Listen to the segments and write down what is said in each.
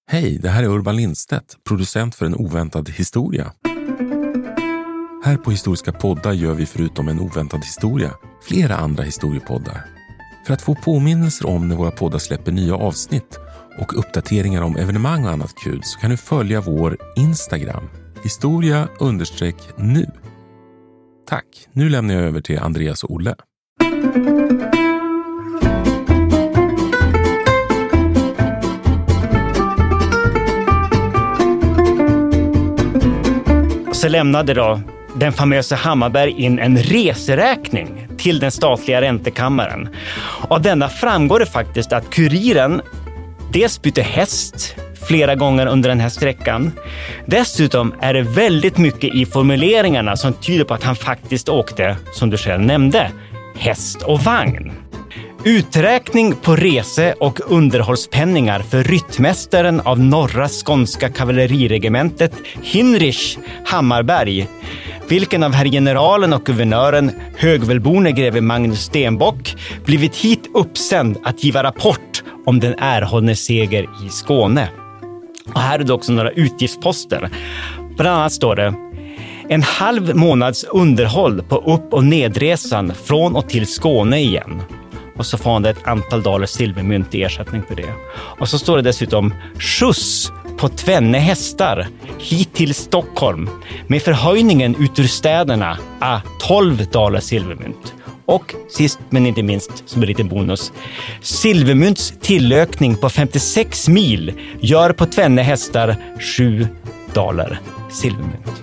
Hej, det här är Urban Lindstedt, producent för En oväntad historia. Här på Historiska poddar gör vi förutom En oväntad historia flera andra historiepoddar. För att få påminnelser om när våra poddar släpper nya avsnitt och uppdateringar om evenemang och annat kul så kan du följa vår Instagram, historia_nu. Tack, nu lämnar jag över till Andreas och Olle. Så lämnade då den famösa Hammarberg in en reseräkning till den statliga räntekammaren. Av denna framgår det faktiskt att kuriren dels bytte häst flera gånger under den här sträckan. Dessutom är det väldigt mycket i formuleringarna som tyder på att han faktiskt åkte, som du själv nämnde, häst och vagn. Uträkning på rese- och underhållspenningar för ryttmästaren av norra skånska kavalleriregementet Hinrich Hammarberg, vilken av herr generalen och guvernören högvälborne greve Magnus Stenbock blivit hit uppsänd att giva rapport om den erhållne seger i Skåne. Och här är det också några utgiftsposter. Bland annat står det: en halv månads underhåll på upp- och nedresan från och till Skåne igen. Och så får han ett antal daler silvermynt i ersättning för det. Och så står det dessutom skjuts på 2 hästar hit till Stockholm med förhöjningen ut ur städerna 12 daler silvermynt. Och sist men inte minst, som en liten bonus, silvermynts tillökning på 56 mil gör på 2 hästar 7 daler silvermynt.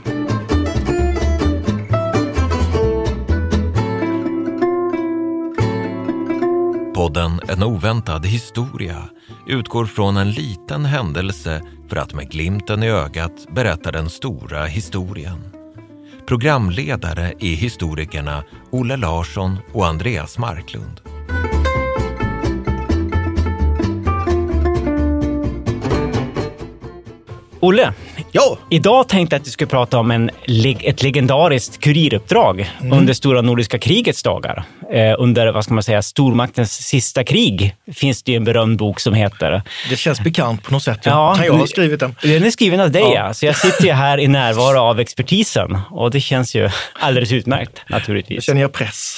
Podden En oväntad historia utgår från en liten händelse för att med glimten i ögat berätta den stora historien. Programledare är historikerna Olle Larsson och Andreas Marklund. Olle, ja. Idag tänkte jag att vi skulle prata om ett legendariskt kuriruppdrag under Stora Nordiska krigets dagar. Under, vad ska man säga, stormaktens sista krig finns det ju en berömd bok som heter... Det känns bekant på något sätt. Ja, kan jag ha skrivit den? Den är skriven av dig, ja. Så jag sitter ju här i närvaro av expertisen. Och det känns ju alldeles utmärkt, naturligtvis. Jag känner jag press.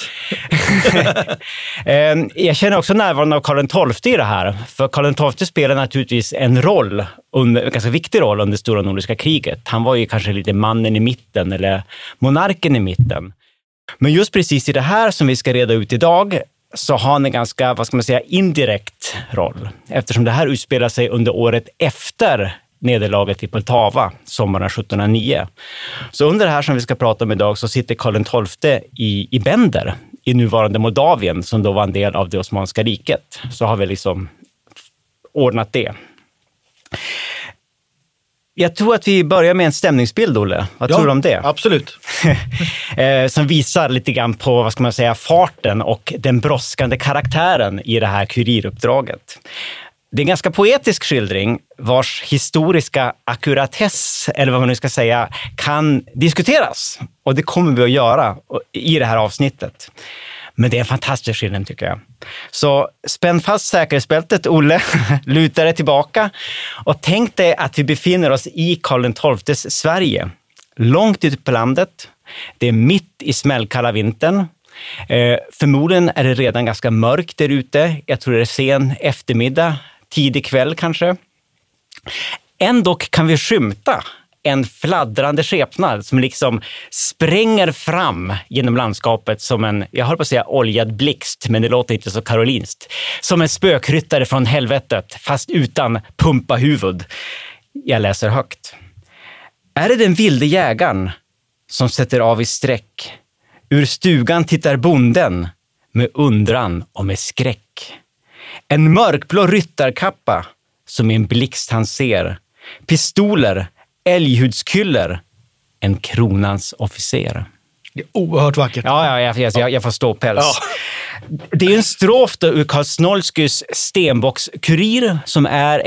Jag känner också närvaron av Karl XII i det här. För Karl XII spelar naturligtvis en ganska viktig roll under Stora Nordiska kriget. Han var ju kanske lite mannen i mitten eller monarken i mitten. Men just precis i det här som vi ska reda ut idag så har han en ganska, vad ska man säga, indirekt roll. Eftersom det här utspelar sig under året efter nederlaget i Poltava, sommaren 1709. Så under det här som vi ska prata om idag så sitter Karl XII i Bender, i nuvarande Moldavien, som då var en del av det Osmanska riket. Så har vi liksom ordnat det. Jag tror att vi börjar med en stämningsbild, Olle. Vad tror du om det? Absolut. Som visar lite grann på, vad ska man säga, farten och den brådskande karaktären i det här kuriruppdraget. Det är en ganska poetisk skildring vars historiska ackuratess, eller vad man nu ska säga, kan diskuteras. Och det kommer vi att göra i det här avsnittet. Men det är en fantastisk skillnad, tycker jag. Så spänn fast säkerhetsbältet, Olle, luta dig tillbaka och tänk dig att vi befinner oss i Karl XII:s Sverige. Långt ute på landet. Det är mitt i smällkalla vintern. Förmodligen är det redan ganska mörkt där ute. Jag tror det är sen eftermiddag, tidig kväll kanske. Ändå kan vi skymta en fladdrande skepnad som liksom spränger fram genom landskapet som en, jag höll på att säga oljad blixt, men det låter inte så karolinskt. Som en spökryttare från helvetet, fast utan pumpahuvud. Jag läser högt. Är det den vilde jägaren som sätter av i sträck? Ur stugan tittar bonden med undran och med skräck. En mörkblå ryttarkappa som i en blixt han ser. Pistoler, älghudskyller, en kronans officer. Det är oerhört vackert. Ja, jag får ståpäls. Ja. Det är en strof då ur Karl Snoilskys Stenbocks-kurir som är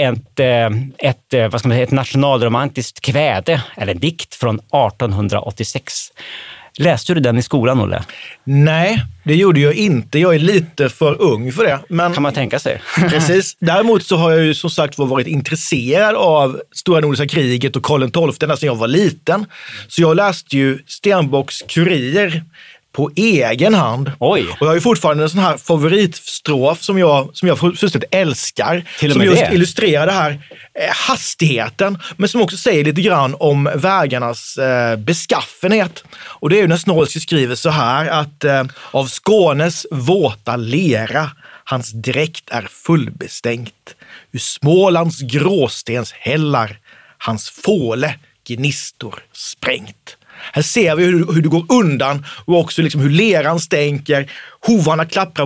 ett nationalromantiskt kväde eller dikt från 1886. Läste du den i skolan, Olle? Nej, det gjorde jag inte. Jag är lite för ung för det. Men kan man tänka sig. Precis. Däremot så har jag ju som sagt varit intresserad av Stora Nordiska kriget och Karl XII när jag var liten. Så jag läste ju Stenbocks kurier på egen hand. Oj. Och jag har ju fortfarande en sån här favoritstrof som jag fullständigt älskar. Till och som med just det. Illustrerar det här hastigheten, men som också säger lite grann om vägarnas beskaffenhet. Och det är ju när Snoilsky skriver så här att av Skånes våta lera hans dräkt är fullbestängt. Ur Smålands gråstens hällar hans fåle gnistor sprängt. Här ser vi hur det går undan och också liksom hur leran stänker, hovarna klapprar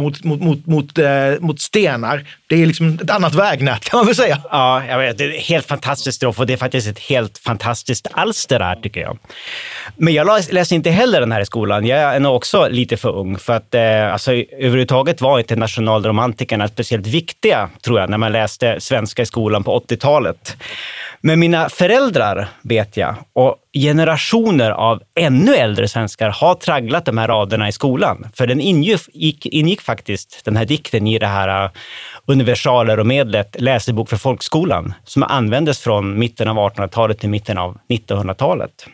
mot stenar. Det är liksom ett annat vägnät kan man väl säga. Ja, jag vet, det är helt fantastiskt strof och det är faktiskt ett helt fantastiskt alster där tycker jag. Men jag läste inte heller den här i skolan. Jag är nog också lite för ung för att alltså, överhuvudtaget var inte nationalromantikerna speciellt viktiga tror jag när man läste svenska i skolan på 80-talet. Men mina föräldrar vet jag och generationer av ännu äldre svenskar har tragglat de här raderna i skolan. För den ingick faktiskt den här dikten i det här universaler och medlet läsebok för folkskolan som användes från mitten av 1800-talet till mitten av 1900-talet.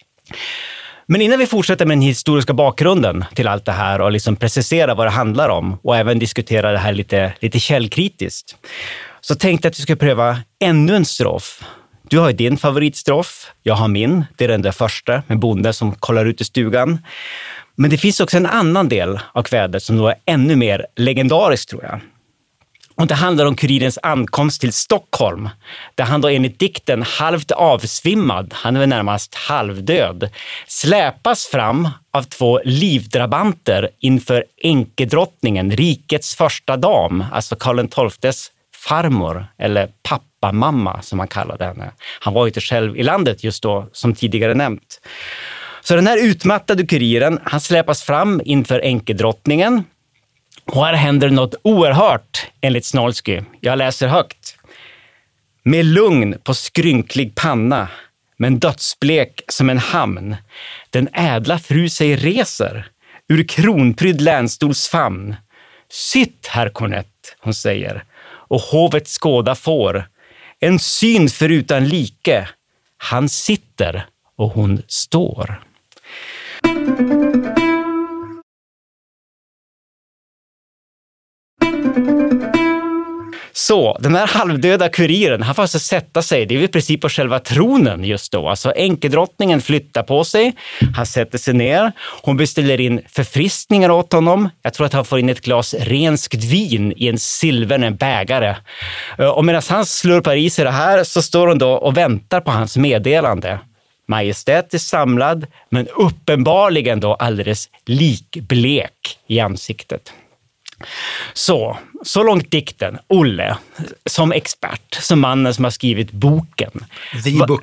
Men innan vi fortsätter med den historiska bakgrunden till allt det här och liksom precisera vad det handlar om och även diskutera det här lite källkritiskt så tänkte jag att vi ska pröva ännu en strof. Du har ju din favoritstrof, jag har min. Det är den där första med bonden som kollar ut i stugan. Men det finns också en annan del av kvädet som då är ännu mer legendarisk tror jag. Och det handlar om kurirens ankomst till Stockholm. Där han då enligt dikten halvt avsvimmad, han är väl närmast halvdöd, släpas fram av 2 livdrabanter inför enkedrottningen, rikets första dam, alltså Karl XII:s farmor eller pappamamma som man kallade henne. Han var ju inte själv i landet just då som tidigare nämnt. Så den här utmattade kuriren, han släpas fram inför enkedrottningen. Och här händer något oerhört enligt Snoilsky. Jag läser högt. Med lugn på skrynklig panna, men dödsblek som en hamn. Den ädla fru sig reser ur kronprydd länstols famn. Sitt, herr Kornett, hon säger, och hovet skåda får. En syn förutan like. Han sitter och hon står. Så, den här halvdöda kuriren, han får alltså sätta sig, det är i princip på själva tronen just då. Alltså enkedrottningen flyttar på sig, han sätter sig ner, hon beställer in förfriskningar åt honom. Jag tror att han får in ett glas renskt vin i en silverne bägare. Och medan han slurpar i sig det här så står hon då och väntar på hans meddelande. Majestät är samlad, men uppenbarligen då alldeles likblek i ansiktet. Så långt dikten. Olle, som expert, som mannen som har skrivit boken. The book.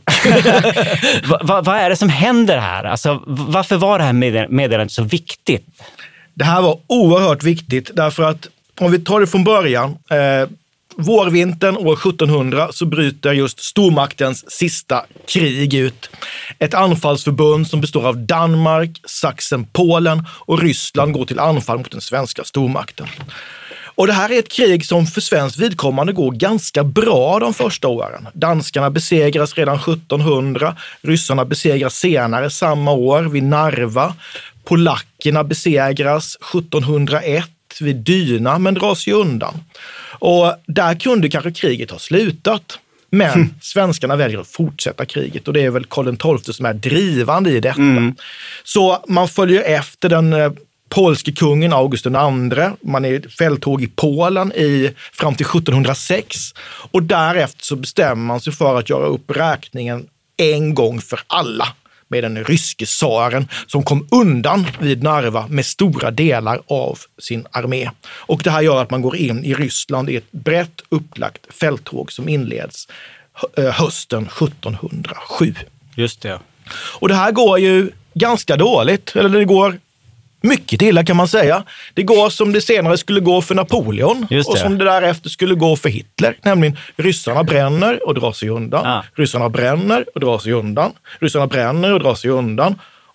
Vad är det som händer här? Alltså, varför var det här meddelandet så viktigt? Det här var oerhört viktigt därför att om vi tar det från början, vårvintern år 1700 så bryter just stormaktens sista krig ut. Ett anfallsförbund som består av Danmark, Sachsen, Polen och Ryssland går till anfall mot den svenska stormakten. Och det här är ett krig som för svensk vidkommande går ganska bra de första åren. Danskarna besegras redan 1700, ryssarna besegras senare samma år vid Narva. Polackerna besegras 1701 vid Dyna men dras ju undan. Och där kunde kanske kriget ha slutat. Men svenskarna väljer att fortsätta kriget och det är väl Karl XII som är drivande i detta. Så man följer efter den polske kungen August II. Man är i fälttåg i Polen fram till 1706 och därefter så bestämmer man sig för att göra upp räkningen en gång för alla med den ryske tsaren som kom undan vid Narva med stora delar av sin armé. Och det här gör att man går in i Ryssland i ett brett upplagt fälttåg som inleds hösten 1707. Just det. Och det här går ju ganska dåligt, eller det går mycket illa kan man säga. Det går som det senare skulle gå för Napoleon och som det därefter skulle gå för Hitler. Nämligen ryssarna bränner och drar sig undan. Ryssarna bränner och drar sig undan. Ryssarna bränner och drar sig undan.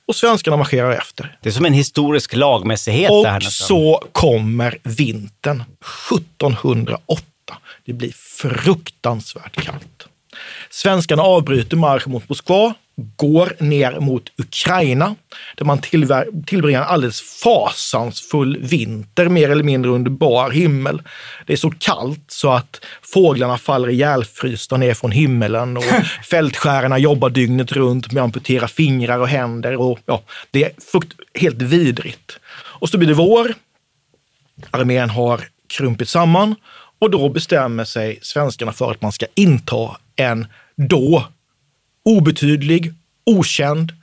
och svenskarna marscherar efter. Det är som en historisk lagmässighet. Och det här nästan. så kommer vintern 1708. Det blir fruktansvärt kallt. Svenskarna avbryter marschen mot Moskva, går ner mot Ukraina, där man tillbringar en alldeles fasansfull vinter, mer eller mindre under bar himmel. Det är så kallt så att fåglarna faller ihjälfrysta ner från himmelen och fältskärarna jobbar dygnet runt med att amputera fingrar och händer. Och, det är helt vidrigt. Och så blir det vår. Armén har krympit samman och då bestämmer sig svenskarna för att man ska inta en då obetydlig, okänd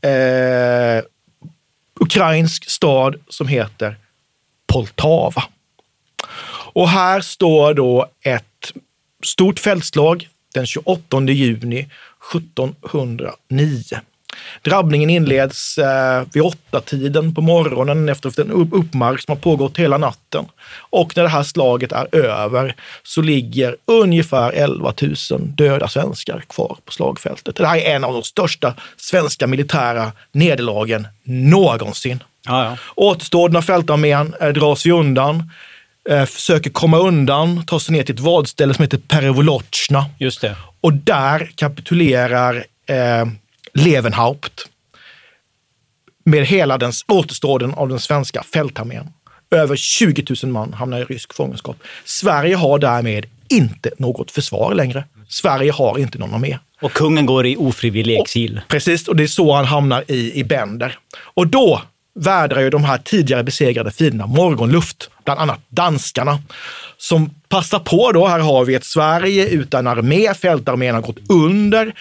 ukrainsk stad som heter Poltava. Och här står då ett stort fältslag den 28 juni 1709. Drabbningen inleds vid 8-tiden på morgonen efter en uppmarsch som har pågått hela natten. Och när det här slaget är över så ligger ungefär 11 000 döda svenskar kvar på slagfältet. Det här är en av de största svenska militära nederlagen någonsin. Ja. Återstående av fältarmén drar sig undan, försöker komma undan, tar sig ner till ett vadställe som heter Perevolotjna. Just det. Och där kapitulerar Levenhaupt med hela den återstoden av den svenska fältarmén. Över 20 000 man hamnar i rysk fångenskap. Sverige har därmed inte något försvar längre. Sverige har inte någon armé. Och kungen går i ofrivillig exil. Precis, och det är så han hamnar i Bender. Och då vädrar ju de här tidigare besegrade fienderna morgonluft, bland annat danskarna, som passar på då. Här har vi ett Sverige utan armé, fältarmén har gått under.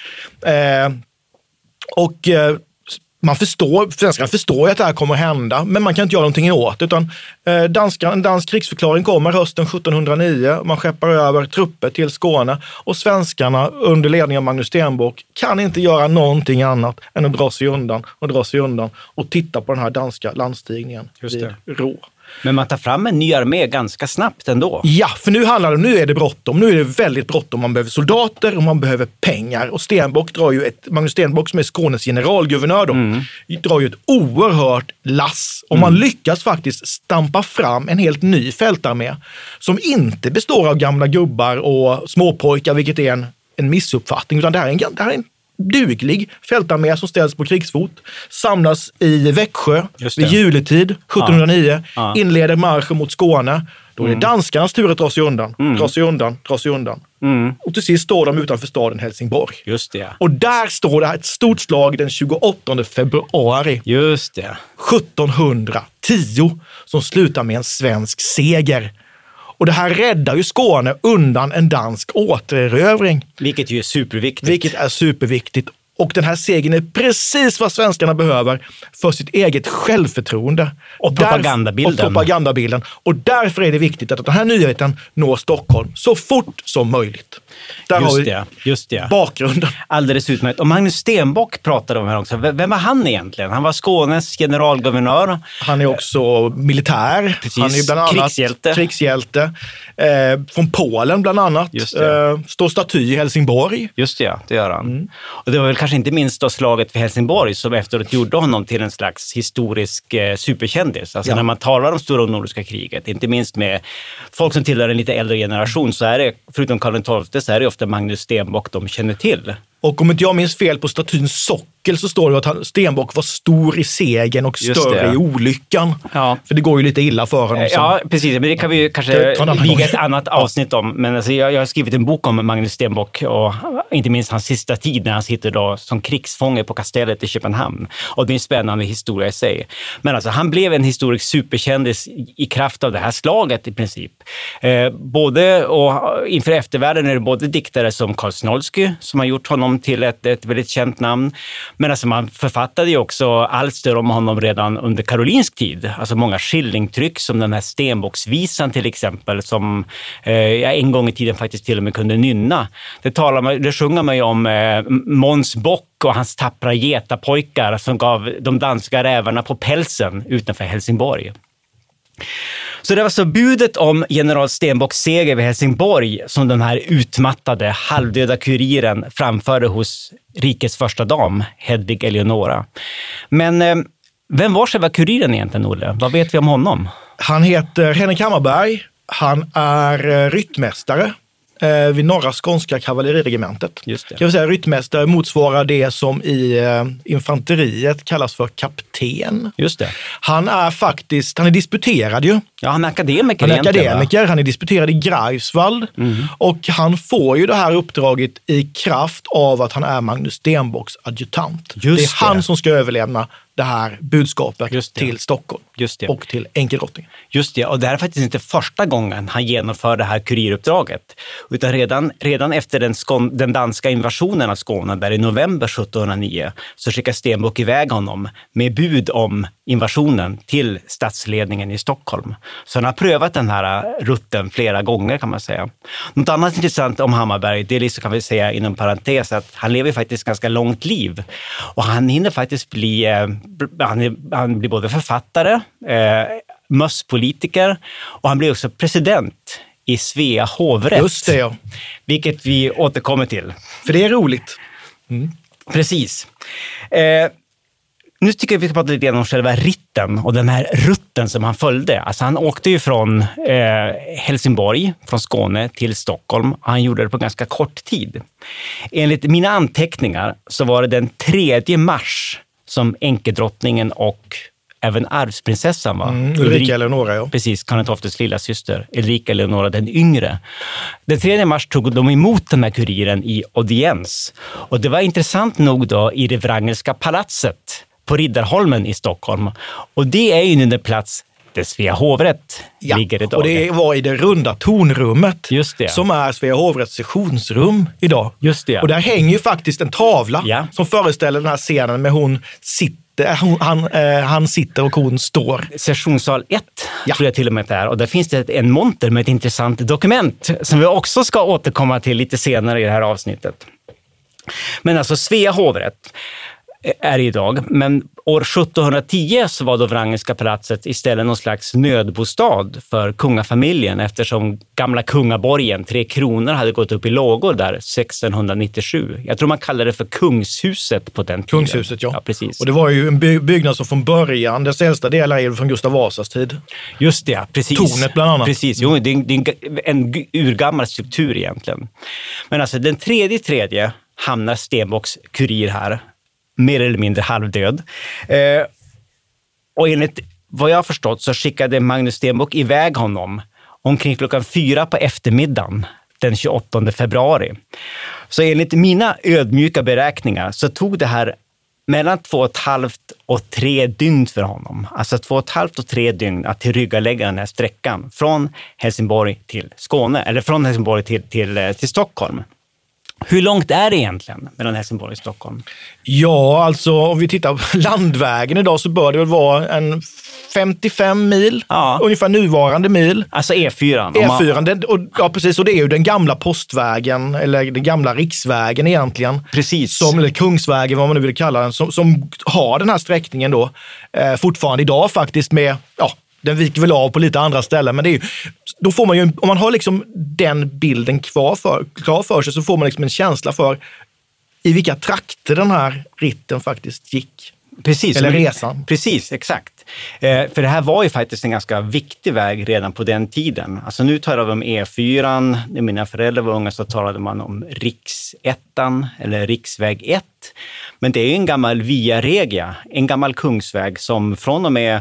Svenskarna förstår att det här kommer att hända, men man kan inte göra någonting åt. Utan en dansk krigsförklaring kommer hösten 1709. Man skeppar över trupper till Skåne och svenskarna under ledning av Magnus Stenbock kan inte göra någonting annat än att dra sig undan och titta på den här danska landstigningen vid Rå. Men man tar fram en ny armé ganska snabbt ändå. Ja, för nu är det bråttom. Nu är det väldigt bråttom. Man behöver soldater och man behöver pengar. Och Magnus Stenbock som är Skånes generalguvernör då, drar ju ett oerhört lass. Och man lyckas faktiskt stampa fram en helt ny fältarmé som inte består av gamla gubbar och småpojkar, vilket är en missuppfattning. Utan det här är en duglig fältarmé som ställs på krigsfot, samlas i Växjö vid juletid 1709, inleder marschen mot Skåne. Då är det danskarnas tur att dra sig undan. Och till sist står de utanför staden Helsingborg. Just det. Och där står det ett stort slag den 28 februari. Just det. 1710 som slutar med en svensk seger. Och det här räddar ju Skåne undan en dansk återerövring. Vilket ju är superviktigt. Och den här segern är precis vad svenskarna behöver för sitt eget självförtroende. Och propagandabilden. Och därför är det viktigt att den här nyheten når Stockholm så fort som möjligt. Där just det. Bakgrunden. Alldeles utmärkt. Och Magnus Stenbock pratade om här också. Vem var han egentligen? Han var Skånes generalguvernör. Han är också militär. Precis. Han är bland annat krigshjälte. Från Polen bland annat. Står staty i Helsingborg. Just det gör han. Och det var väl kanske inte minst då slaget för Helsingborg som efteråt gjorde honom till en slags historisk superkändis. Alltså när man talar om Stora nordiska kriget, inte minst med folk som tillhör en lite äldre generation, så är det, förutom Karl XII, så är det ofta Magnus Stenbock de känner till. Och om inte jag minns fel på statyns sockel så står det att Stenbock var stor i segern och större i olyckan. Ja. För det går ju lite illa för honom. Ja, precis. Men det kan vi ju kanske viga ett annat avsnitt om. Men alltså, jag har skrivit en bok om Magnus Stenbock och inte minst hans sista tid när han sitter då som krigsfånge på kastellet i Köpenhamn. Och det är en spännande historia i sig. Men alltså, han blev en historisk superkändis i kraft av det här slaget i princip. Både och inför eftervärlden är det både diktare som Karl Snoilsky som har gjort honom till ett väldigt känt namn. Men alltså man författade ju också alster om honom redan under karolinsk tid. Alltså många skillingtryck som den här Stenbocksvisan till exempel som jag en gång i tiden faktiskt till och med kunde nynna. Det sjunger man ju om Måns Bock och hans tappra getapojkar som gav de danska rävarna på pälsen utanför Helsingborg. Så det var så budet om general Stenbocks seger vid Helsingborg som den här utmattade, halvdöda kuriren framförde hos rikets första dam, Hedvig Eleonora. Men vem var själva kuriren egentligen, Olle? Vad vet vi om honom? Han heter Henrik Hammarberg. Han är ryttmästare vid norra skånska kavalleriregementet. Just det. Kan vi säga, ryttmästare motsvarar det som i infanteriet kallas för kapten. Just det. Han är disputerad ju. Ja, han är akademiker Han är egentligen, akademiker, han är disputerad i Greifswald och han får ju det här uppdraget i kraft av att han är Magnus Stenbocks adjutant. Det är han som ska överlämna det här budskapet till Stockholm och till enkeldrottningen. Just det, och det här är faktiskt inte första gången han genomför det här kuriruppdraget. Utan redan efter den danska invasionen av Skåne där i november 1709 så skickar Stenbock iväg honom med bud om invasionen till statsledningen i Stockholm. Så han har prövat den här rutten flera gånger kan man säga. Något annat intressant om Hammarberg, det är liksom, kan vi säga inom parentes, att han lever faktiskt ganska långt liv. Och han hinner faktiskt han blir både författare, mösspolitiker och han blir också president i Svea hovrätt. Just det, ja. Vilket vi återkommer till. För det är roligt. Precis. Nu tycker jag vi ska prata lite grann om själva ritten och den här rutten som han följde. Alltså han åkte ju från Helsingborg, från Skåne till Stockholm. Han gjorde det på ganska kort tid. Enligt mina anteckningar så var det den 3 mars som enkedrottningen och även arvsprinsessan var. Ulrika Eleonora, ja. Precis, Karl XII:s lilla syster, Ulrika Eleonora den yngre. Den 3 mars tog de emot den här kuriren i audiens. Och det var intressant nog då i det Wrangelska palatset på Riddarholmen i Stockholm. Och det är ju nu den plats där Svea hovrätt ligger idag. Och det var i det runda tornrummet som är Svea hovrätts sessionsrum idag. Just det. Och där hänger ju faktiskt en tavla som föreställer den här scenen med han sitter och hon står. Sessionssal 1 tror jag till och med det är. Och där finns det en monter med ett intressant dokument som vi också ska återkomma till lite senare i det här avsnittet. Men alltså Svea hovrätt är idag, men år 1710 så var då Wrangelska palatset istället någon slags nödbostad för kungafamiljen eftersom gamla kungaborgen, 3 kronor, hade gått upp i lågor där 1697. Jag tror man kallade det för Kungshuset på den tiden. Kungshuset, ja. Precis. Och det var ju en byggnad som från början, dess äldsta delar är från Gustav Vasas tid. Just det, precis. Tornet bland annat. Precis, jo, det är en urgammal struktur egentligen. Men alltså den 3 hamnar Stenbocks kurir här, mer eller mindre halvdöd. Och enligt vad jag har förstått så skickade Magnus Stenbock iväg honom omkring klockan 4 på eftermiddagen den 28 februari. Så enligt mina ödmjuka beräkningar så tog det här mellan 2,5 och 3 dygn för honom. Alltså 2,5 och 3 dygn att tillryggalägga den här sträckan från Helsingborg till Skåne, eller från Helsingborg till Stockholm. Hur långt är det egentligen mellan Helsingborg och Stockholm? Ja, alltså om vi tittar på landvägen idag så bör det väl vara en 55 mil, ungefär nuvarande mil. Alltså E4. Ja, precis. Och det är ju den gamla postvägen, eller den gamla riksvägen egentligen. Precis. Eller Kungsvägen, vad man nu vill kalla den, som har den här sträckningen då fortfarande idag faktiskt med, den viker väl av på lite andra ställen, men det är ju, då får man ju, om man har liksom den bilden klar för sig så får man liksom en känsla för i vilka trakter den här ritten faktiskt gick. Precis. Eller resan. Precis, exakt. För det här var ju faktiskt en ganska viktig väg redan på den tiden. Alltså nu talar vi om E4, när mina föräldrar var unga så talade man om Riksettan eller Riksväg 1. Men det är ju en gammal via regia, en gammal kungsväg som från och med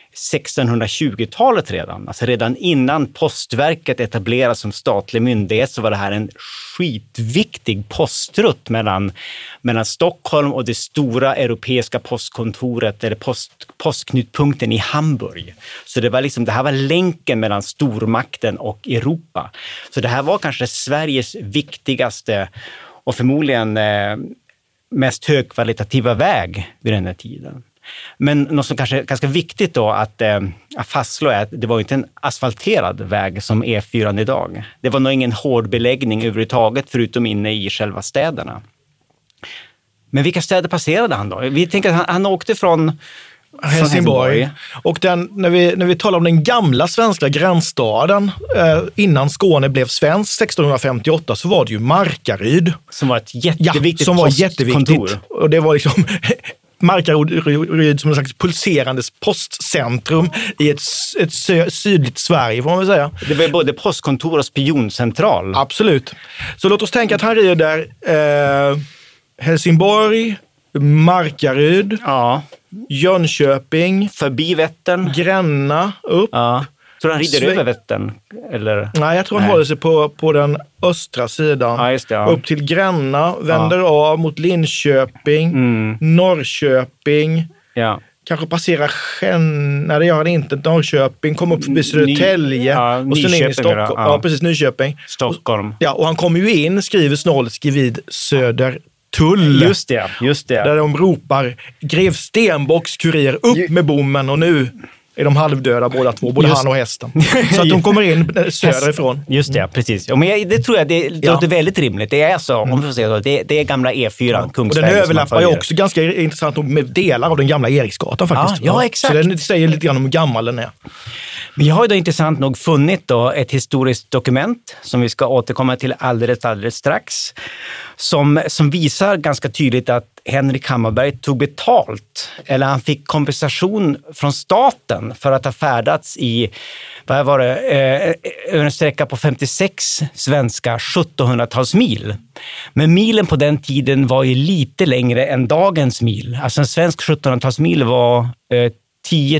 1620-talet redan innan Postverket etablerades som statlig myndighet så var det här en skitviktig postrutt mellan Stockholm och det stora europeiska postkontoret eller postknutpunkten i Hamburg. Så det här var länken mellan stormakten och Europa. Så det här var kanske Sveriges viktigaste och förmodligen mest högkvalitativa väg vid den här tiden. Men något som kanske är ganska viktigt då att fastslå är att det var inte en asfalterad väg som E4 idag. Det var nog ingen hård beläggning överhuvudtaget förutom inne i själva städerna. Men vilka städer passerade han då? Vi tänker att han åkte från Helsingborg. Och när vi talar om den gamla svenska gränsstaden innan Skåne blev svensk 1658 så var det ju Markaryd. Som var ett jätteviktigt som var postkontor. jätteviktigt. Och det var liksom Markaryd som en slags pulserande postcentrum i ett sydligt Sverige, får man väl säga. Det var både postkontor och spioncentral. Absolut. Så låt oss tänka att han rider Helsingborg, Markaryd, Jönköping, förbi Vättern, Gränna, upp. Ja. Tror han rider över Vättern? Eller? Nej, jag tror han håller sig på den östra sidan. Ja, just det, upp till Gränna, vänder av mot Linköping, Norrköping. Ja. Kanske passerar nej det gör han inte, Norrköping, kommer upp förbi Södertälje och sen in i Stockholm. Ja, precis, Nyköping. Stockholm. Och han kommer ju in, skriver Snålski vid Södertull. Just det. Där de ropar grev Stenbocks kurier upp med bommen och nu är de halvdöda båda två, både han och hästen. Så att de kommer in söderifrån. Just det, precis. Men det tror jag det låter väldigt rimligt. Det är så, om vi får säga så, det är gamla E4, Kungsvägen. Och den överlappar ju också ganska intressant med delar av den gamla Eriksgatan faktiskt. Ja, exakt. Så den säger lite grann om hur gammal den är. Men jag har ju då intressant nog funnit då ett historiskt dokument som vi ska återkomma till alldeles strax. Som visar ganska tydligt att Henrik Hammarberg tog betalt, eller han fick kompensation från staten för att ha färdats i, vad var det, en sträcka på 56 svenska 1700-talsmil. Men milen på den tiden var ju lite längre än dagens mil. Alltså en svensk 1700-talsmil var 10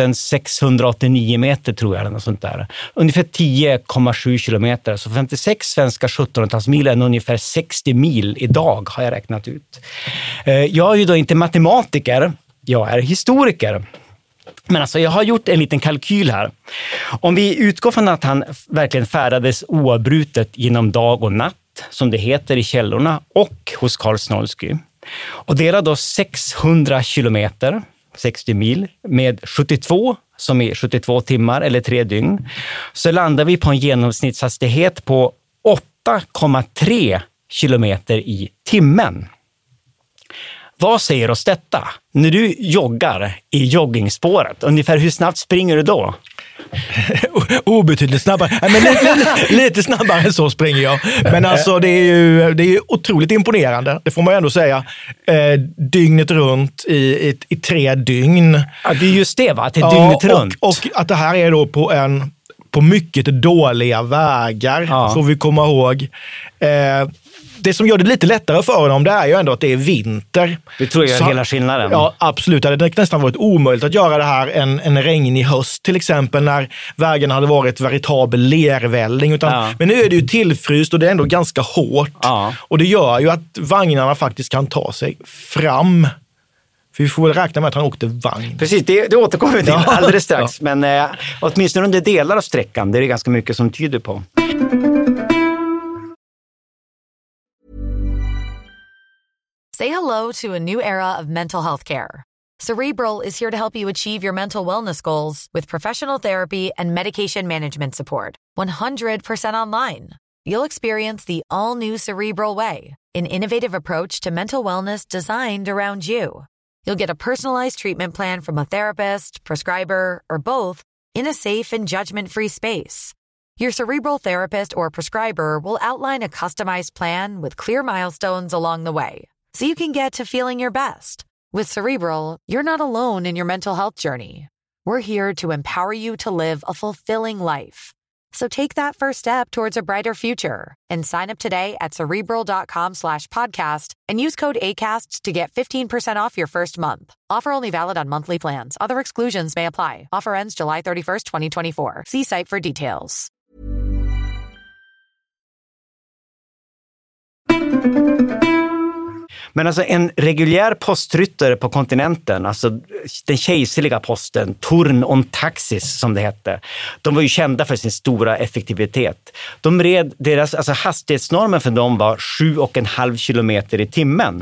689 meter tror jag, eller något sånt där. Ungefär 10,7 kilometer. Så 56 svenska 1700-talsmil är ungefär 60 mil idag, har jag räknat ut. Jag är ju då inte matematiker, jag är historiker. Men alltså jag har gjort en liten kalkyl här. Om vi utgår från att han verkligen färdades oavbrutet genom dag och natt, som det heter i källorna och hos Carl Snålski, och delar då 600 kilometer, 60 mil, med 72, som är 72 timmar eller 3 dygn, så landar vi på en genomsnittshastighet på 8,3 kilometer i timmen. Vad säger oss detta? När du joggar i joggingspåret, ungefär hur snabbt springer du då? Obetydligt snabbare. Men lite snabbare än så springer jag. Men alltså det är ju otroligt imponerande. Det får man ju ändå säga. Dygnet runt i 3 dygn. Ja, det är just det, va? Att det är dygnet runt. Och att det här är då på mycket dåliga vägar, får vi komma ihåg. Det som gör det lite lättare för honom, det är ju ändå att det är vinter. Det tror jag är hela skillnaden. Ja, absolut. Det hade nästan varit omöjligt att göra det här en regnig höst, till exempel, när vägen hade varit veritabel lervälling. Men nu är det ju tillfryst och det är ändå ganska hårt. Ja. Och det gör ju att vagnarna faktiskt kan ta sig fram. För vi får väl räkna med att han åkte vagn. Precis, det återkommer vi till alldeles strax. Men åtminstone under delar av sträckan, det är det ganska mycket som tyder på. Say hello to a new era of mental health care. Cerebral is here to help you achieve your mental wellness goals with professional therapy and medication management support. 100% online. You'll experience the all-new Cerebral Way, an innovative approach to mental wellness designed around you. You'll get a personalized treatment plan from a therapist, prescriber, or both in a safe and judgment-free space. Your Cerebral therapist or prescriber will outline a customized plan with clear milestones along the way, so you can get to feeling your best. With Cerebral, you're not alone in your mental health journey. We're here to empower you to live a fulfilling life. So take that first step towards a brighter future and sign up today at Cerebral.com/podcast and use code ACAST to get 15% off your first month. Offer only valid on monthly plans. Other exclusions may apply. Offer ends July 31st, 2024. See site for details. Men alltså en reguljär postryttare på kontinenten, alltså den kejserliga posten, Turn und Taxis som det hette, de var ju kända för sin stora effektivitet. Alltså hastighetsnormen för dem var 7,5 kilometer i timmen.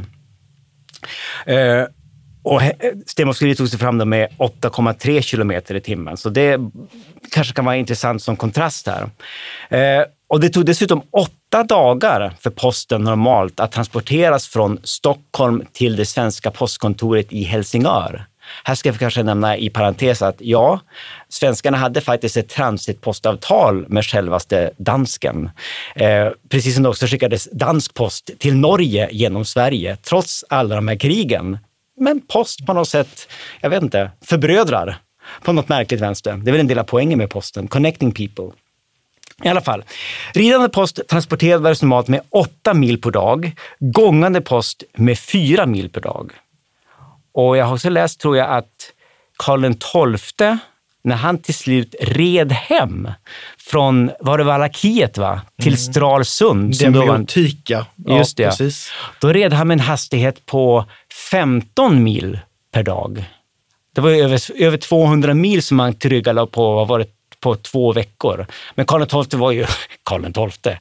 Och Stenbock tog sig fram med 8,3 kilometer i timmen. Så det kanske kan vara intressant som kontrast här. Och det tog dessutom 8 dagar för posten normalt att transporteras från Stockholm till det svenska postkontoret i Helsingör. Här ska vi kanske nämna i parentes att ja, svenskarna hade faktiskt ett transitpostavtal med självaste dansken. Precis som det också skickades dansk post till Norge genom Sverige, trots alla de här krigen. Men post på något sätt, jag vet inte, förbrödrar på något märkligt vänster. Det är väl en del av poängen med posten, connecting people. I alla fall, ridande post transporterades normalt med 8 mil per dag, gångande post med 4 mil per dag. Och jag har också läst, tror jag, att Karl XII, när han till slut red hem från, var det Valakiet va? Till Stralsund. Det med Otika. Ja, just det. Precis. Då red han med en hastighet på 15 mil per dag. Det var över 200 mil som han tryggade på, vad var det, på 2 veckor. Men Karl XII var ju Karl XII.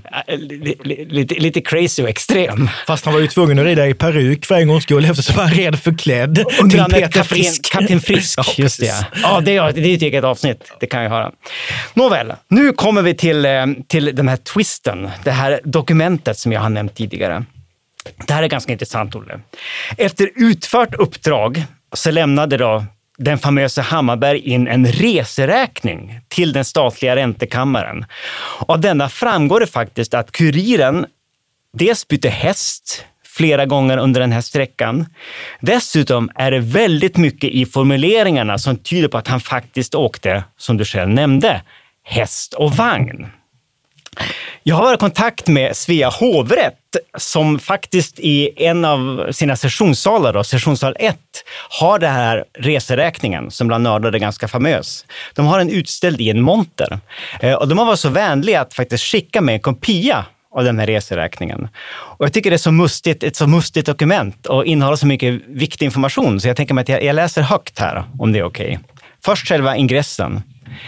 Lite crazy och extrem. Fast han var ju tvungen att rida i peruk för en gångs skull eftersom han red förklädd till Peter Frisk. Kapten Frisk, ja, just det. Ja, det är ett eget avsnitt. Det kan jag höra. Nåväl, nu kommer vi till den här twisten. Det här dokumentet som jag har nämnt tidigare. Det här är ganska intressant, Olle. Efter utfört uppdrag så lämnade då den famösa Hammarberg in en reseräkning till den statliga räntekammaren. Av denna framgår det faktiskt att kuriren dels bytte häst flera gånger under den här sträckan. Dessutom är det väldigt mycket i formuleringarna som tyder på att han faktiskt åkte, som du själv nämnde, häst och vagn. Jag har varit i kontakt med Svea hovrätt som faktiskt i en av sina sessionssalar, då, sessionssal 1, har det här reseräkningen som bland nördar är ganska famös. De har den utställd i en monter och de har varit så vänliga att faktiskt skicka med en kopia av den här reseräkningen. Och jag tycker det är så mustigt, ett så mustigt dokument och innehåller så mycket viktig information så jag tänker mig att jag läser högt här om det är okej. Först själva ingressen.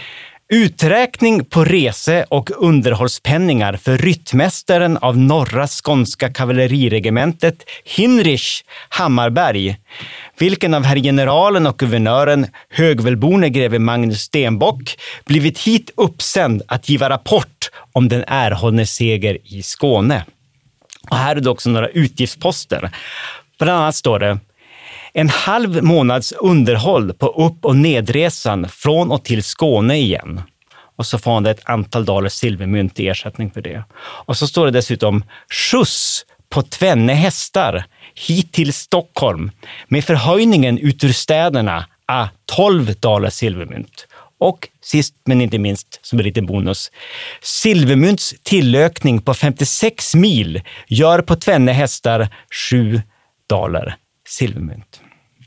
Uträkning på rese- och underhållspenningar för ryttmästaren av norra skånska kavalleriregementet Hinrich Hammarberg, vilken av herr generalen och guvernören högvälborne greve Magnus Stenbock blivit hit uppsänd att giva rapport om den erhållne seger i Skåne. Och här är det också några utgiftsposter. Bland annat står det: en halv månads underhåll på upp- och nedresan från och till Skåne igen. Och så får han ett antal daler silvermynt i ersättning för det. Och så står det dessutom skjuts på 2 hästar hit till Stockholm med förhöjningen ut ur städerna a 12 daler silvermynt. Och sist men inte minst, som är lite bonus, silvermynts tillökning på 56 mil gör på 2 hästar 7 daler silvermynt.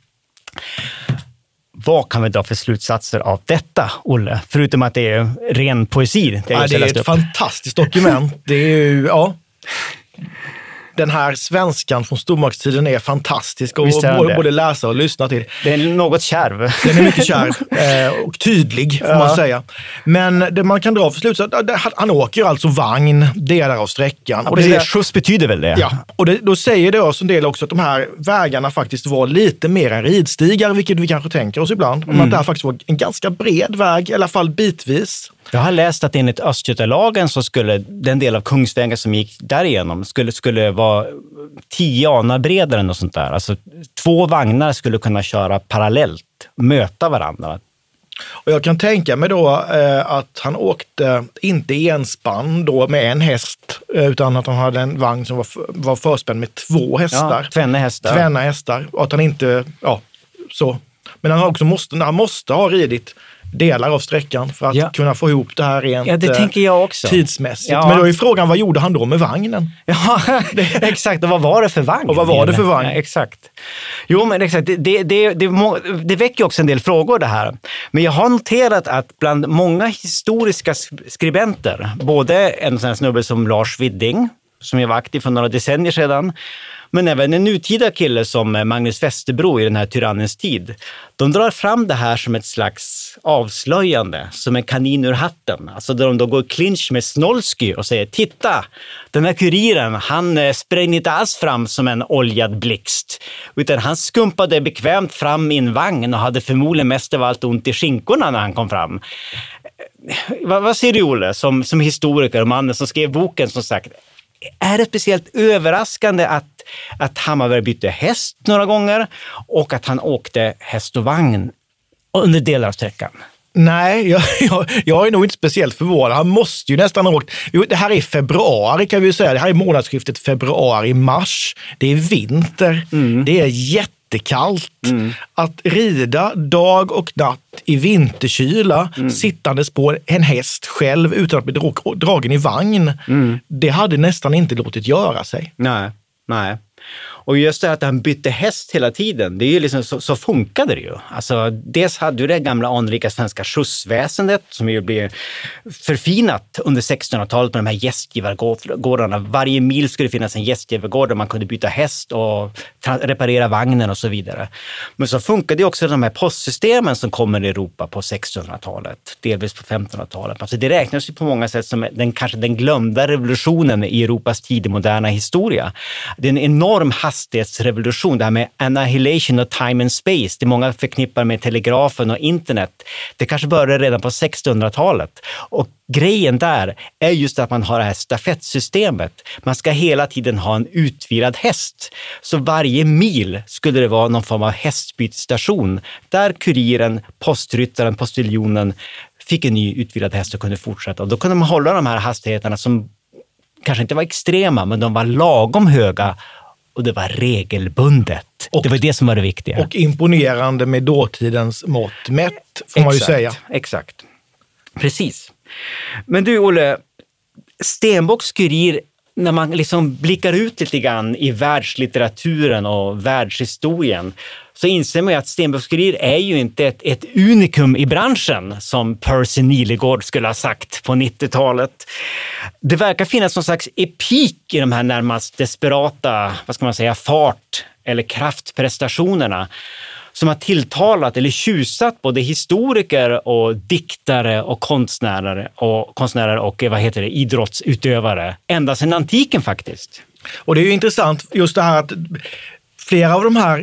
Vad kan vi dra för slutsatser av detta, Olle? Förutom att det är ren poesi. Det är ett fantastiskt dokument. Det är ju, ja. Den här svenskan från stormaktstiden är fantastisk och både läsa och lyssna till. Den är något kärv. Den är mycket kärv och tydlig får man säga. Men det man kan dra för slutsats, han åker alltså vagn delar av sträckan. Ja, och det skjuts betyder väl det? Ja, och då säger det oss en del också att de här vägarna faktiskt var lite mer än ridstigar, vilket vi kanske tänker oss ibland. Men att det här faktiskt var en ganska bred väg, i alla fall bitvis. Jag har läst att enligt Östgötalagen så skulle den del av Kungsvägen som gick därigenom skulle vara 10 anar bredare än och sånt där. Alltså 2 vagnar skulle kunna köra parallellt, möta varandra. Och jag kan tänka mig då att han åkte inte enspann då med en häst utan att han hade en vagn som var förspänd med 2 hästar. Ja, 2 hästar. 2 hästar. Och att han inte, ja, så. Men han också måste ha ridit delar av sträckan för att kunna få ihop det här rent det tänker jag också. Tidsmässigt. Ja. Men då är frågan, vad gjorde han då med vagnen? Ja, exakt. Och vad var det för vagn? Och vad var det för vagn? Ja, exakt. Jo, men exakt. Det väcker också en del frågor det här. Men jag har noterat att bland många historiska skribenter, både en sån här snubbe som Lars Widding, som jag var aktiv för några decennier sedan, men även en nutida kille som Magnus Westerbro i den här Tyrannens tid. De drar fram det här som ett slags avslöjande, som en kanin ur hatten. Alltså där de då går i clinch med Snolsky och säger: titta, den här kuriren, han sprängde inte alls fram som en oljad blixt, utan han skumpade bekvämt fram i en vagn och hade förmodligen mest av allt ont i skinkorna när han kom fram. Vad säger du, Olle, som historiker och mannen som skrev boken, som sagt? Är det speciellt överraskande att att Hammarberg bytte häst några gånger och att han åkte häst och vagn under delar av sträckan. Nej, jag är nog inte speciellt förvånad. Han måste ju nästan ha åkt. Jo, det här är februari kan vi säga. Det här är månadsskiftet februari-mars. Det är vinter. Det är jättekallt. Att rida dag och natt i vinterkyla sittandes på en häst själv utan att bli dragen i vagn. Det hade nästan inte låtit göra sig. Nej. Och just det att han bytte häst hela tiden, det är ju liksom så funkade det ju. Alltså, dels hade du det gamla anrika svenska skjutsväsendet som ju blev förfinat under 1600-talet med de här gästgivargårdarna. Varje mil skulle det finnas en gästgivargård där man kunde byta häst och reparera vagnen och så vidare. Men så funkade det också de här postsystemen som kommer i Europa på 1600-talet, delvis på 1500-talet. Alltså det räknas ju på många sätt som kanske den glömda revolutionen i Europas tidigmoderna historia. Det är en enorm hastighetsrevolution, det här med annihilation of time and space. Det många förknippar med telegrafen och internet. Det kanske började redan på 1600-talet. Och grejen där är just att man har det här stafettsystemet. Man ska hela tiden ha en utvilad häst. Så varje mil skulle det vara någon form av hästbytesstation där kuriren, postryttaren, postiljonen fick en ny utvilad häst och kunde fortsätta. Och då kunde man hålla de här hastigheterna som kanske inte var extrema, men de var lagom höga. Och det var regelbundet. Och det var det som var det viktiga. Och imponerande med dåtidens mått mätt, får man ju säga. Exakt. Precis. Men du, Olle, Stenbocks kurir, när man liksom blickar ut lite grann i världslitteraturen och världshistorien, så inser man ju att Stenbocks kurir är ju inte ett unikum i branschen, som Percy Nilegård skulle ha sagt på 90-talet. Det verkar finnas någon slags epik i de här närmast desperata, fart- eller kraftprestationerna som har tilltalat eller tjusat både historiker och diktare och konstnärer och idrottsutövare ända sedan antiken faktiskt. Och det är ju intressant just det här att flera av de här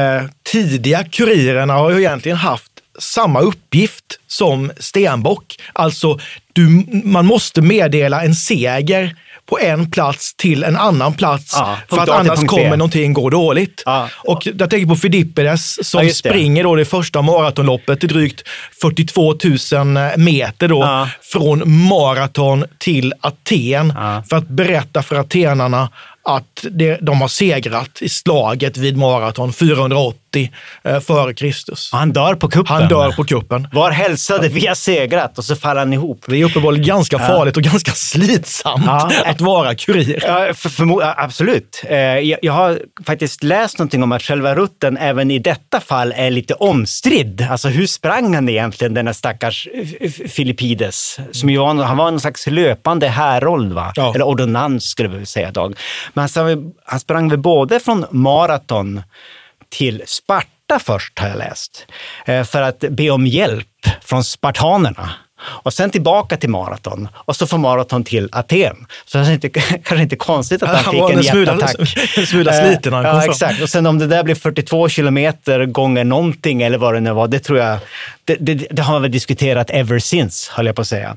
tidiga kurirerna har ju egentligen haft samma uppgift som Stenbock. Alltså man måste meddela en seger på en plats till en annan plats för att annars kommer någonting gå dåligt. Och jag tänker på Fidippides som springer då det första maratonloppet i drygt 42 000 meter då från maraton till Aten för att berätta för atenarna att de har segrat i slaget vid maraton 480 före Kristus. Han dör på kuppen. Var hälsade, vi har segrat, och så faller han ihop. Det är uppenbarligen ganska farligt och ganska slitsamt att vara kurir. Absolut. Jag har faktiskt läst någonting om att själva rutten även i detta fall är lite omstridd. Alltså hur sprang han egentligen, den här stackars Filippides? Han var en slags löpande härold, va? Ja. Eller ordonnans skulle vi säga idag. Men han sprang väl både från maraton till Sparta först, har jag läst. För att be om hjälp från spartanerna. Och sen tillbaka till maraton. Och så från maraton till Aten. Så det är kanske inte konstigt att han fick en hjärtattack. En smula sliten när han kom fram. Exakt. Och sen om det där blir 42 kilometer gånger någonting eller vad det nu var, det tror jag, det har vi diskuterat ever since, höll jag på att säga.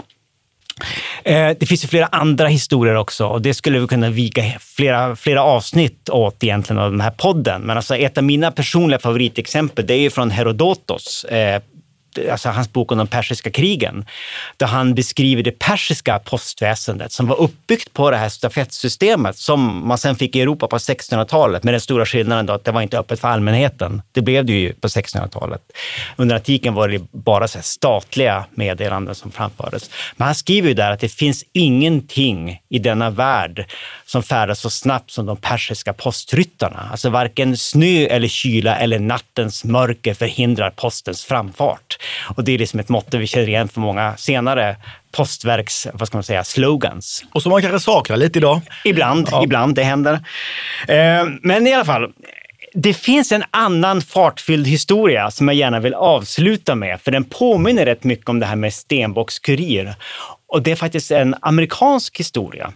Det finns ju flera andra historier också, och det skulle vi kunna vika flera avsnitt åt egentligen av den här podden. Men alltså ett av mina personliga favoritexempel, det är ju från Herodotos, alltså hans bok om de persiska krigen, där han beskriver det persiska postväsendet som var uppbyggt på det här stafettsystemet som man sen fick i Europa på 1600-talet, med den stora skillnaden då att det var inte öppet för allmänheten. Det blev det ju på 1600-talet. Under antiken var det bara så här statliga meddelanden som framfördes. Men han skriver ju där att det finns ingenting i denna värld som färdas så snabbt som de persiska postryttarna. Alltså varken snö eller kyla eller nattens mörker förhindrar postens framfart. Och det är liksom ett motto vi känner igen för många senare postverks, slogans. Och som man kanske saknar lite idag. Ibland det händer. Men i alla fall, det finns en annan fartfylld historia som jag gärna vill avsluta med, för den påminner rätt mycket om det här med Stenbocks kurir. Och det är faktiskt en amerikansk historia.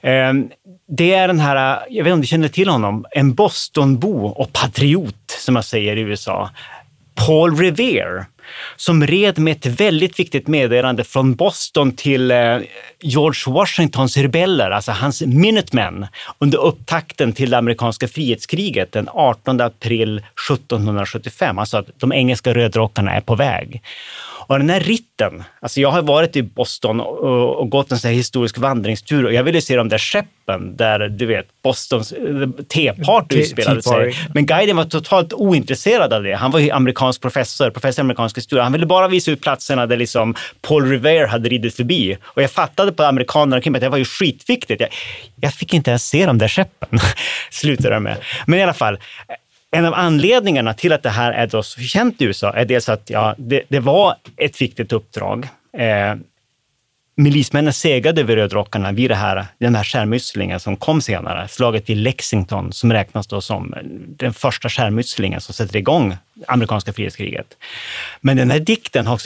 Det är den här, jag vet inte om du känner till honom, en Bostonbo och patriot som man säger i USA, Paul Revere. som red med ett väldigt viktigt meddelande från Boston till George Washingtons rebeller, alltså hans Minutemen, under upptakten till det amerikanska frihetskriget den 18 april 1775. Alltså att de engelska rödrockarna är på väg. Och den här ritten, alltså jag har varit i Boston och gått en sån här historisk vandringstur och jag ville se de där skeppen där, du vet, Bostons teparty utspelade sig. Men guiden var totalt ointresserad av det. Han var ju amerikansk professor i amerikansk historia. Han ville bara visa ut platserna där liksom Paul Revere hade ridit förbi. Och jag fattade på amerikanerna att det var ju skitviktigt. Jag fick inte ens se de där skeppen, slutade det med. Men i alla fall, en av anledningarna till att det här är då så känt i USA är dels att det var ett viktigt uppdrag. Milismännen segrade över rödrockarna vid den här skärmytslingen som kom senare. Slaget vid Lexington som räknas då som den första skärmytslingen som sätter igång amerikanska frihetskriget. Men den här ritten har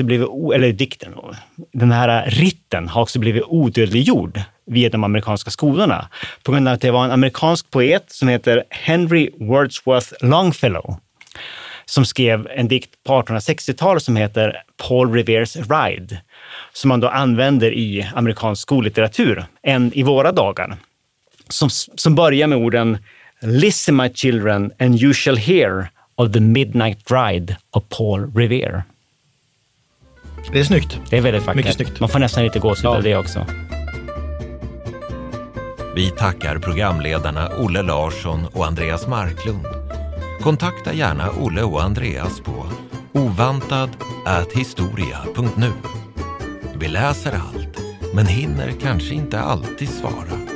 också blivit odödliggjord via de amerikanska skolorna på grund av att det var en amerikansk poet som heter Henry Wadsworth Longfellow som skrev en dikt på 1860-talet som heter Paul Revere's Ride, som man då använder i amerikansk skollitteratur än i våra dagar. Som börjar med orden "Listen my children and you shall hear of the midnight ride of Paul Revere." Det är snyggt. Det är väldigt vackert. Mycket snyggt. Man får nästan lite gåshud av det också. Vi tackar programledarna Olle Larsson och Andreas Marklund. Kontakta gärna Olle och Andreas på ovantad@historia.nu. Vi läser allt, men hinner kanske inte alltid svara.